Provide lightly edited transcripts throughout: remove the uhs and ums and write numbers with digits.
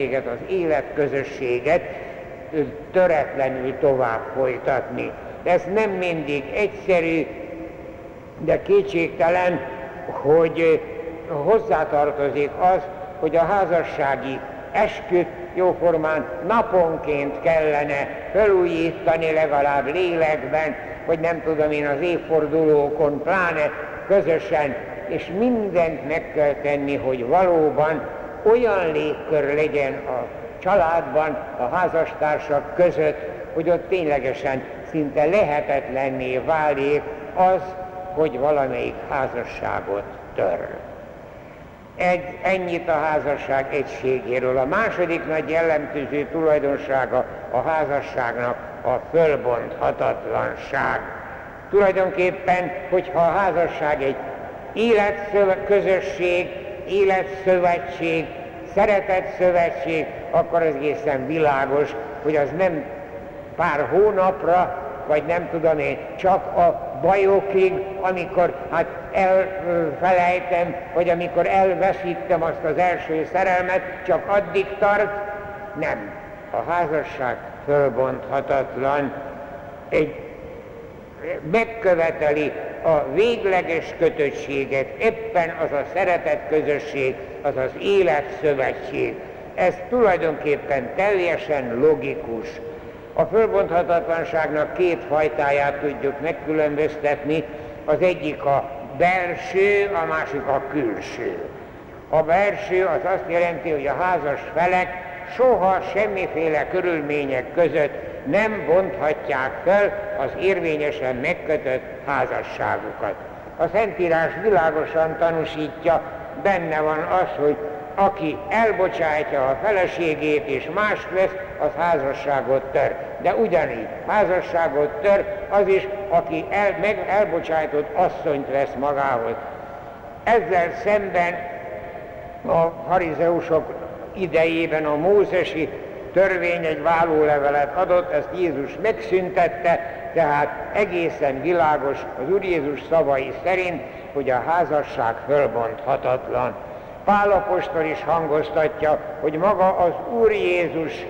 az életközösséget töretlenül tovább folytatni. De ez nem mindig egyszerű, de kétségtelen, hogy hozzátartozik az, hogy a házassági esküt jóformán naponként kellene felújítani, legalább lélekben, vagy nem tudom én, az évfordulókon, pláne közösen, és mindent meg kell tenni, hogy valóban olyan légkör legyen a családban, a házastársak között, hogy ott ténylegesen szinte lehetetlenné válik az, hogy valamelyik házasságot tör. Ennyit a házasság egységéről. A második nagy jellemző tulajdonsága a házasságnak a fölbonthatatlanság. Tulajdonképpen, hogyha a házasság egy életközösség, életszövetség, szeretetszövetség, akkor az egészen világos, hogy az nem pár hónapra, vagy nem tudom én, csak a bajokig, amikor elfelejtem, vagy amikor elveszítem azt az első szerelmet, csak addig tart. Nem. A házasság fölbonthatatlan, megköveteli a végleges kötöttséget, éppen az a szeretetközösség, az az életszövetség. Ez tulajdonképpen teljesen logikus. A fölbonthatatlanságnak két fajtáját tudjuk megkülönböztetni, az egyik a belső, a másik a külső. A belső az azt jelenti, hogy a házas felek soha semmiféle körülmények között nem bonthatják fel az érvényesen megkötött házasságukat. A Szentírás világosan tanúsítja, benne van az, hogy aki elbocsátja a feleségét és mást vesz, az házasságot tör. De ugyanígy házasságot tör az is, aki elbocsájtott asszonyt vesz magához. Ezzel szemben a farizeusok idejében a mózesi törvény egy vállólevelet adott, ezt Jézus megszüntette, tehát egészen világos az Úr Jézus szavai szerint, hogy a házasság fölbonthatatlan. Pál apostol is hangoztatja, hogy maga az Úr Jézus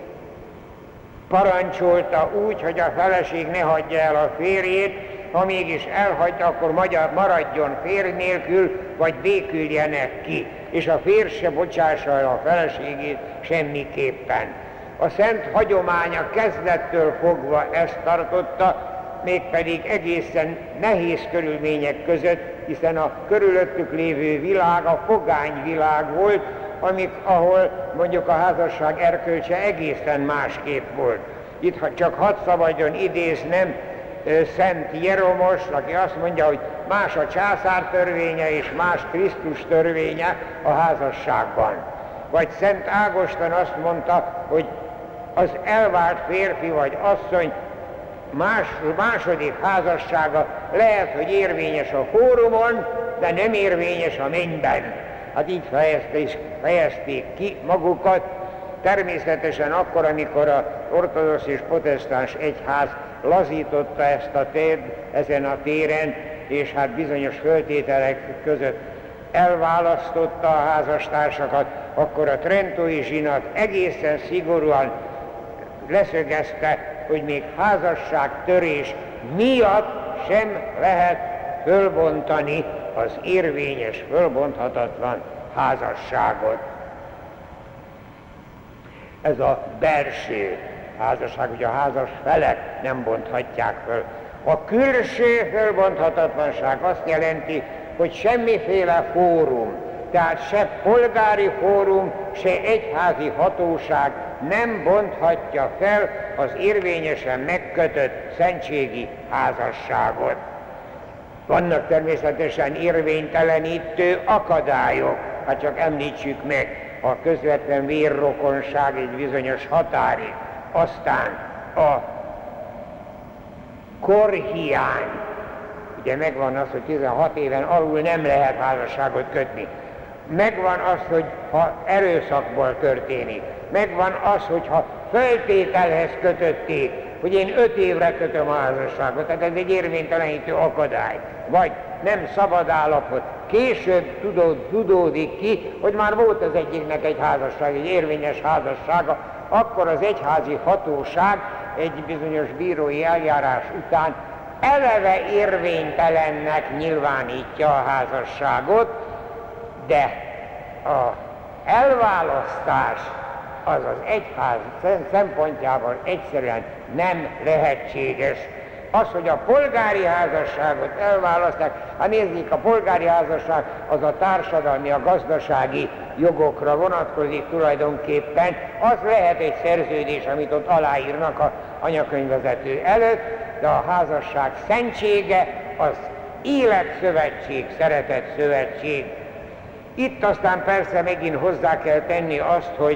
parancsolta úgy, hogy a feleség ne hagyja el a férjét, ha mégis elhagyta, akkor maradjon férj nélkül, vagy béküljenek ki, és a férj se bocsássa el a feleségét semmiképpen. A szent hagyománya kezdettől fogva ezt tartotta, mégpedig egészen nehéz körülmények között, hiszen a körülöttük lévő világ a pogányvilág volt, ahol mondjuk a házasság erkölcse egészen másképp volt. Itt csak hadd szabadjon idéznem Szent Jeromos, aki azt mondja, hogy más a császár törvénye és más Krisztus törvénye a házasságban. Vagy Szent Ágoston azt mondta, hogy az elvált férfi vagy asszony második házassága lehet, hogy érvényes a fórumon, de nem érvényes a mennyben. Hát így fejezték ki magukat, természetesen akkor, amikor az ortodox és protestáns egyház lazította ezt a tért ezen a téren, és hát bizonyos föltételek között elválasztotta a házastársakat, akkor a Trentói zsinat egészen szigorúan leszögezte, hogy még házasságtörés miatt sem lehet fölbontani az érvényes, fölbonthatatlan házasságot. Ez a belső házasság, ugye a házas felek nem bonthatják föl. A külső fölbonthatatlanság azt jelenti, hogy semmiféle fórum, tehát se polgári fórum, se egyházi hatóság nem bonthatja fel az érvényesen megkötött szentségi házasságot. Vannak természetesen érvénytelenítő akadályok, hát csak említsük meg, a közvetlen vérrokonság egy bizonyos határig, aztán a korhiány, ugye megvan az, hogy 16 éven alul nem lehet házasságot kötni. Megvan az, hogy ha erőszakból történik. Megvan az, hogyha feltételhez kötötték, hogy én 5 évre kötöm a házasságot, tehát ez egy érvénytelenítő akadály. Vagy nem szabad állapot. Később tudódik ki, hogy már volt az egyiknek egy házasság, egy érvényes házassága, akkor az egyházi hatóság egy bizonyos bírói eljárás után eleve érvénytelennek nyilvánítja a házasságot, de a elválasztás az az egyház szempontjából egyszerűen nem lehetséges. Az, hogy a polgári házasságot elválasztják, hát nézzék, a polgári házasság az a társadalmi, a gazdasági jogokra vonatkozik tulajdonképpen. Az lehet egy szerződés, amit ott aláírnak az anyakönyvvezető előtt, de a házasság szentsége az életszövetség, szeretetszövetség. Itt aztán persze megint hozzá kell tenni azt, hogy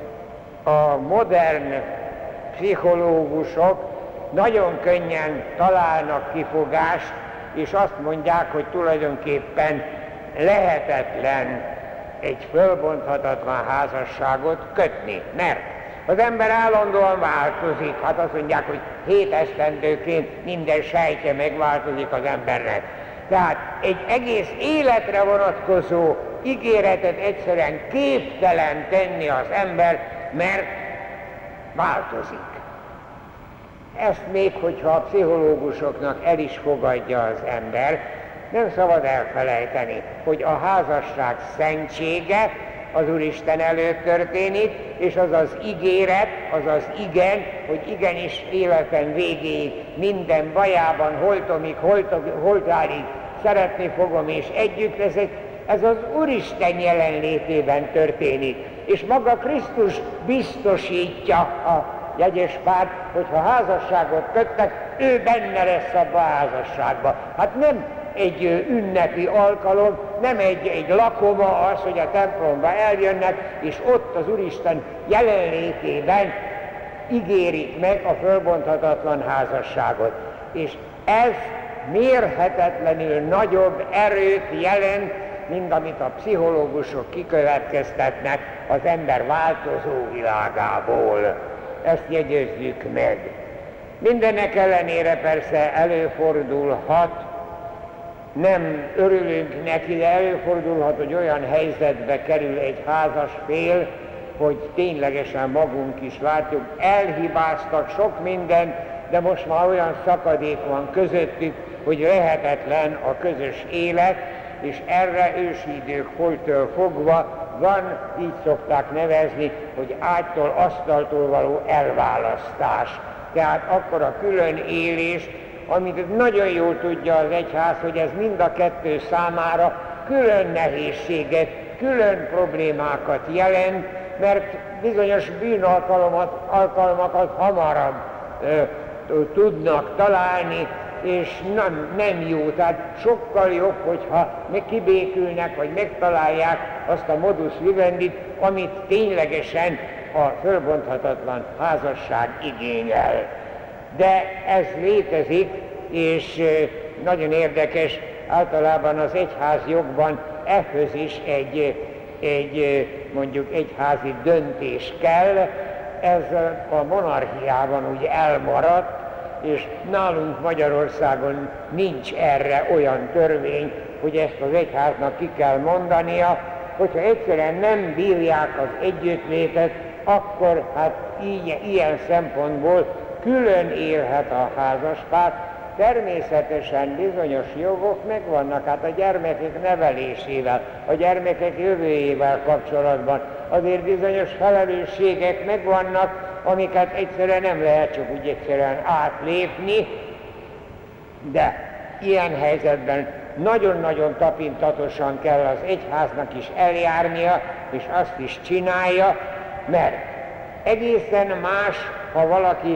a modern pszichológusok nagyon könnyen találnak kifogást, és azt mondják, hogy tulajdonképpen lehetetlen egy fölbonthatatlan házasságot kötni, mert az ember állandóan változik. Hát azt mondják, hogy 7 esztendőként minden sejtje megváltozik az embernek. Tehát egy egész életre vonatkozó ígéretet egyszerűen képtelen tenni az ember, mert változik. Ezt még, hogyha a pszichológusoknak el is fogadja az ember, nem szabad elfelejteni, hogy a házasság szentsége az Úristen előtt történik, és az az ígéret, az az igen, hogy igenis életem végéig minden bajában, holtomig, holtárig szeretni fogom és együtt leszek, ez az Úristen jelenlétében történik. És maga Krisztus biztosítja a jegyes párt, hogyha házasságot köttek, ő benne lesz abba a házasságba. Hát nem egy ünnepi alkalom, nem egy lakoma az, hogy a templomba eljönnek, és ott az Úristen jelenlétében ígérik meg a fölbonthatatlan házasságot. És ez mérhetetlenül nagyobb erőt jelent, mint amit a pszichológusok kikövetkeztetnek az ember változó világából. Ezt jegyezzük meg. Mindennek ellenére persze előfordulhat, nem örülünk neki, de előfordulhat, hogy olyan helyzetbe kerül egy házas fél, hogy ténylegesen magunk is látjuk, elhibáztak sok mindent, de most már olyan szakadék van közöttük, hogy lehetetlen a közös élet, és erre ősi időktől fogva van, így szokták nevezni, hogy ágytól, asztaltól való elválasztás. Tehát akkor a külön élés, amit nagyon jól tudja az egyház, hogy ez mind a kettő számára külön nehézséget, külön problémákat jelent, mert bizonyos bűnalkalmakat hamarabb tudnak találni, és nem jó. Tehát sokkal jobb, hogyha kibékülnek, vagy megtalálják azt a modus vivendit, amit ténylegesen a fölbonthatatlan házasság igényel. De ez létezik, és nagyon érdekes, általában az egyházjogban ehhez is egy mondjuk egyházi döntés kell. Ez a monarchiában úgy elmaradt, és nálunk Magyarországon nincs erre olyan törvény, hogy ezt az egyháznak ki kell mondania, hogyha egyszerűen nem bírják az együttlétet, akkor hát ilyen szempontból külön élhet a házaspár. Természetesen bizonyos jogok megvannak, hát a gyermekek nevelésével, a gyermekek jövőjével kapcsolatban azért bizonyos felelősségek megvannak, amiket egyszerűen nem lehet csak úgy egyszerűen átlépni, de ilyen helyzetben nagyon-nagyon tapintatosan kell az egyháznak is eljárnia, és azt is csinálja, mert egészen más, ha valaki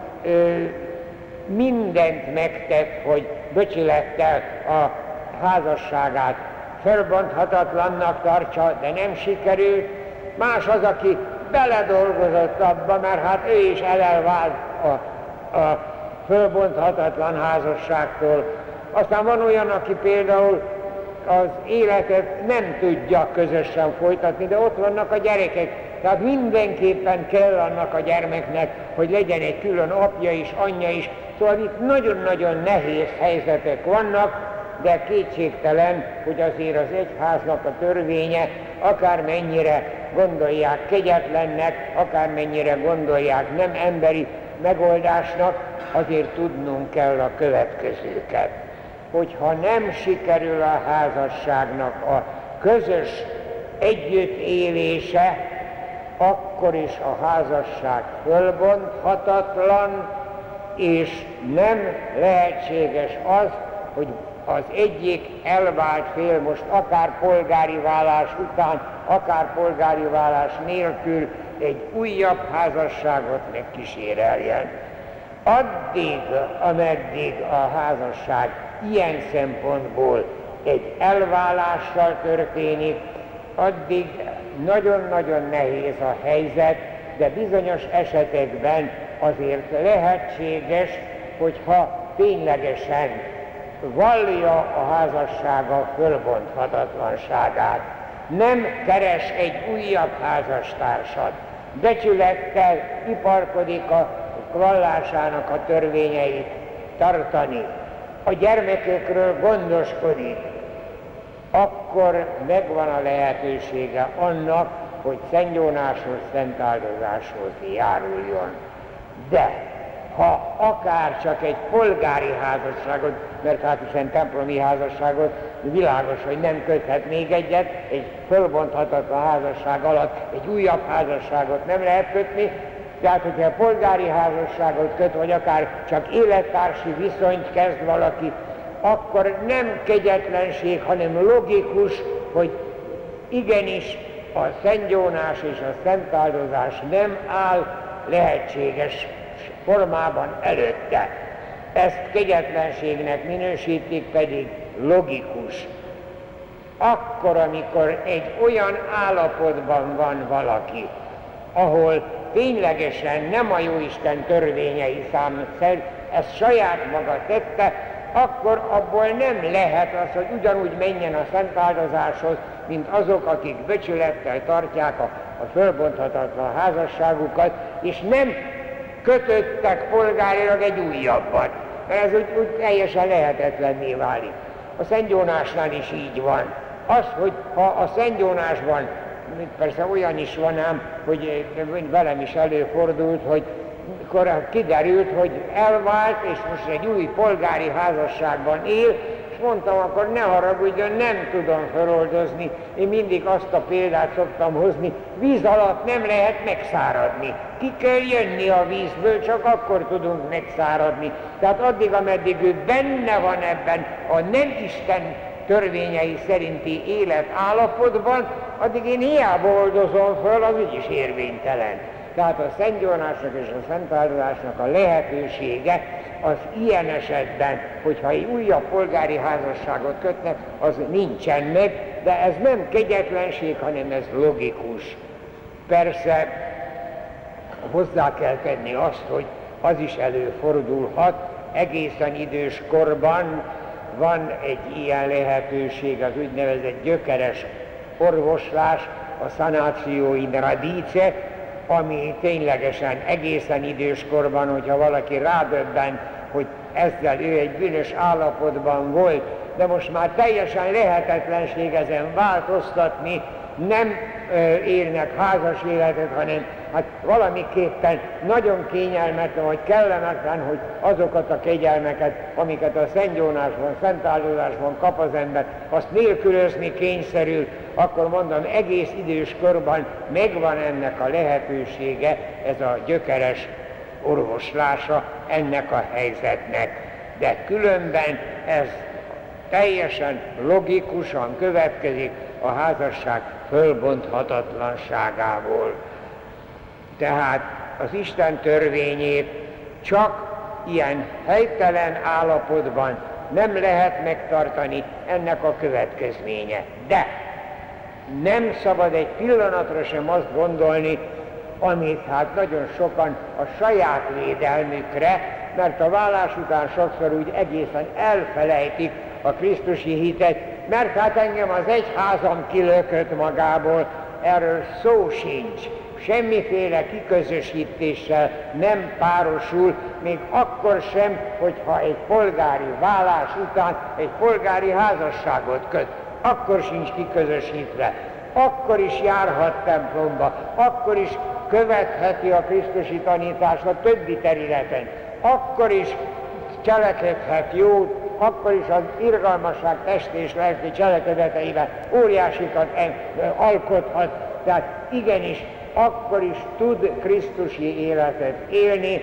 mindent megtett, hogy becsülettel a házasságát fölbonthatatlannak tartsa, de nem sikerült. Más az, aki beledolgozott abba, mert hát ő is elvált a fölbonthatatlan házasságtól. Aztán van olyan, aki például az életet nem tudja közösen folytatni, de ott vannak a gyerekek. Tehát mindenképpen kell annak a gyermeknek, hogy legyen egy külön apja is, anyja is. Szóval itt nagyon-nagyon nehéz helyzetek vannak, de kétségtelen, hogy azért az egyháznak a törvénye akármennyire gondolják kegyetlennek, akármennyire gondolják nem emberi megoldásnak, azért tudnunk kell a következőket. Hogyha nem sikerül a házasságnak a közös együttélése, akkor is a házasság fölbonthatatlan, és nem lehetséges az, hogy az egyik elvált fél most akár polgári válás után, akár polgári válás nélkül egy újabb házasságot megkíséreljen. Addig, ameddig a házasság ilyen szempontból egy elválással történik, addig nagyon-nagyon nehéz a helyzet, de bizonyos esetekben azért lehetséges, hogyha ténylegesen vallja a házassága fölbonthatatlanságát. Nem keres egy újabb házastársat, becsülettel iparkodik a vallásának a törvényeit tartani, a gyermekekről gondoskodik, akkor megvan a lehetősége annak, hogy szentgyónáshoz, szentáldozáshoz járuljon. De ha akár csak egy polgári házasságot, mert hát hiszen templomi házasságot világos, hogy nem köthet még egyet, egy fölbonthatatlan házasság alatt egy újabb házasságot nem lehet kötni, tehát hogyha polgári házasságot köt, vagy akár csak élettársi viszonyt kezd valaki, akkor nem kegyetlenség, hanem logikus, hogy igenis a szentgyónás és a szentáldozás nem áll lehetséges formában előtte. Ezt kegyetlenségnek minősítik, pedig logikus. Akkor, amikor egy olyan állapotban van valaki, ahol ténylegesen nem a Jóisten törvényei számít, ezt saját maga tette, akkor abból nem lehet az, hogy ugyanúgy menjen a szentáldozáshoz, mint azok, akik becsülettel tartják a fölbonthatatlan házasságukat, és nem kötöttek polgárilag egy újabbat. Mert ez úgy teljesen lehetetlenné válik. A szentgyónásnál is így van. Az, hogy ha a szentgyónásban, persze olyan is van ám, hogy velem is előfordult, hogy mikor kiderült, hogy elvált, és most egy új polgári házasságban él, és mondtam, akkor ne haragudjon, nem tudom feloldozni. Én mindig azt a példát szoktam hozni, víz alatt nem lehet megszáradni. Ki kell jönni a vízből, csak akkor tudunk megszáradni. Tehát addig, ameddig ő benne van ebben a nem Isten törvényei szerinti élet állapotban, addig én hiába oldozom föl, az úgyis érvénytelen. Tehát a szentgyónásnak és a szentáldozásnak a lehetősége az ilyen esetben, hogyha egy újabb polgári házasságot kötnek, az nincsen meg, de ez nem kegyetlenség, hanem ez logikus. Persze hozzá kell tenni azt, hogy az is előfordulhat, egészen idős korban van egy ilyen lehetőség, az úgynevezett gyökeres orvoslás, a sanatio in radice, ami ténylegesen egészen időskorban, hogyha valaki rádöbben, hogy ezzel ő egy bűnös állapotban volt, de most már teljesen lehetetlenség ezen változtatni, nem élnek házas életet, hanem hát valamiképpen nagyon kényelmetlen, vagy kellemetlen, hogy azokat a kegyelmeket, amiket a szentgyónásban, szentáldozásban kap az ember, azt nélkülözni kényszerül, akkor mondom, egész idős korban megvan ennek a lehetősége, ez a gyökeres orvoslása ennek a helyzetnek. De különben ez teljesen logikusan következik a házasság fölbonthatatlanságából. Tehát az Isten törvényét csak ilyen helytelen állapotban nem lehet megtartani, ennek a következménye. De nem szabad egy pillanatra sem azt gondolni, amit hát nagyon sokan a saját védelmükre, mert a vállás után sokszor úgy egészen elfelejtik a krisztusi hitet, mert hát engem az egyházam kilökött magából, erről szó sincs. semmiféle kiközösítéssel nem párosul, még akkor sem, hogyha egy polgári vállás után egy polgári házasságot köt, akkor sincs kiközösítve, akkor is járhat templomba, akkor is követheti a krisztusi tanítást a többi területen, akkor is cselekedhet jót, akkor is az irgalmasság testi és lelki cselekedeteivel óriásikat alkothat, tehát igenis akkor is tud krisztusi életet élni,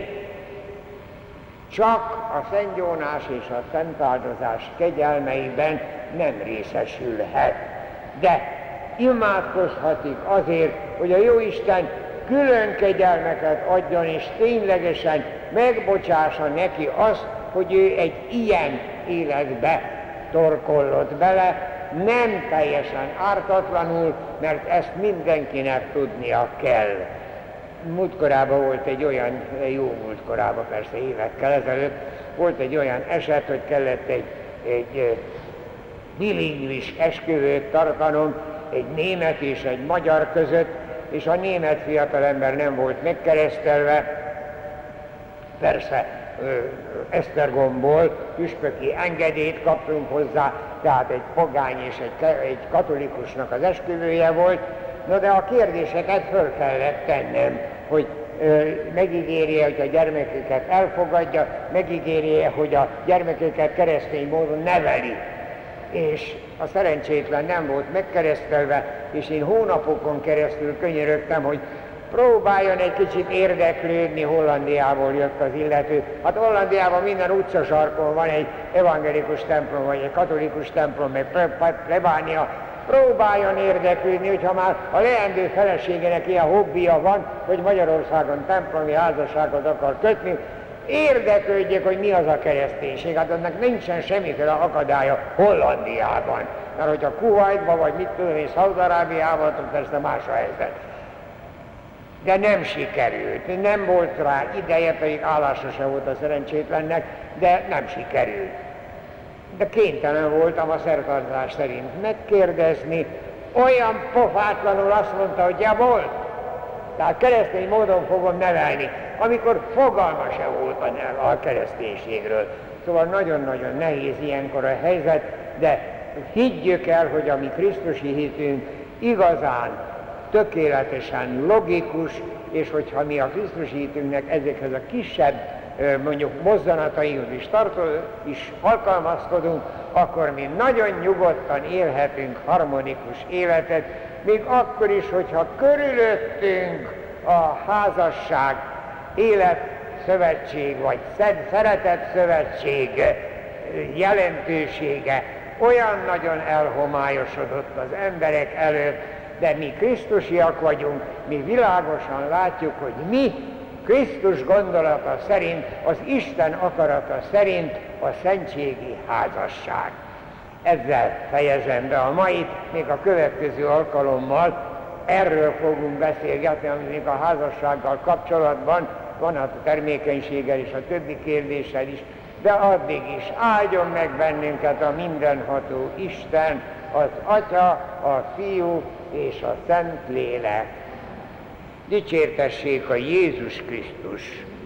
csak a Szent Jónás és a Szent Áldozás kegyelmeiben nem részesülhet. De imádkozhatik azért, hogy a Jóisten külön kegyelmeket adjon, és ténylegesen megbocsássa neki azt, hogy ő egy ilyen életbe torkollott bele, nem teljesen ártatlanul, mert ezt mindenkinek tudnia kell. Múltkorában volt egy olyan, jó múltkorában persze évekkel ezelőtt, volt egy olyan eset, hogy kellett egy bilingvis esküvőt tartanom egy német és egy magyar között, és a német fiatalember nem volt megkeresztelve, persze Esztergomból püspöki engedélyt kaptunk hozzá, tehát egy pogány és egy katolikusnak az esküvője volt, no de a kérdéseket föl kellett tennem, hogy megígérje, hogy a gyermekeket elfogadja, megígérje, hogy a gyermekeket keresztény módon neveli. És a szerencsétlen nem volt megkeresztelve, és én hónapokon keresztül könyörögtem, hogy próbáljon egy kicsit érdeklődni, Hollandiából jött az illető. Hát Hollandiában minden utcasarkon van egy evangelikus templom, vagy egy katolikus templom, meg plebánia. Próbáljon érdeklődni, hogyha már a leendő feleségének ilyen hobbija van, hogy Magyarországon templomi házasságot akar kötni, érdeklődjék, hogy mi az a kereszténység. Hát annak nincsen semmiféle akadálya Hollandiában. Mert hogyha Kuwaitban, vagy mit tudom én, Szaúd-Arábiában, akkor persze más a helyzet. De nem sikerült, nem volt rá ideje, pedig állása sem volt a szerencsétlennek, de nem sikerült. De kénytelen voltam a szertartás szerint megkérdezni, olyan pofátlanul azt mondta, hogy volt. Tehát keresztény módon fogom nevelni, amikor fogalma sem volt a kereszténységről. Szóval nagyon-nagyon nehéz ilyenkor a helyzet, de higgyük el, hogy a mi krisztusi hitünk igazán, tökéletesen logikus, és hogyha mi a krisztusi hitünknek ezekhez a kisebb mondjuk mozzanataihoz is alkalmazkodunk, akkor mi nagyon nyugodtan élhetünk harmonikus életet, még akkor is, hogyha körülöttünk a házasság, életszövetség vagy szeretetszövetség jelentősége olyan nagyon elhomályosodott az emberek előtt, de mi krisztusiak vagyunk, mi világosan látjuk, hogy mi Krisztus gondolata szerint, az Isten akarata szerint a szentségi házasság. Ezzel fejezem be a mait, még a következő alkalommal erről fogunk beszélgetni, ami még a házassággal kapcsolatban van, a termékenységgel és a többi kérdéssel is, de addig is áldjon meg bennünket a mindenható Isten, az Atya, a Fiú és a Szentlélek. Dicsértessék a Jézus Krisztus!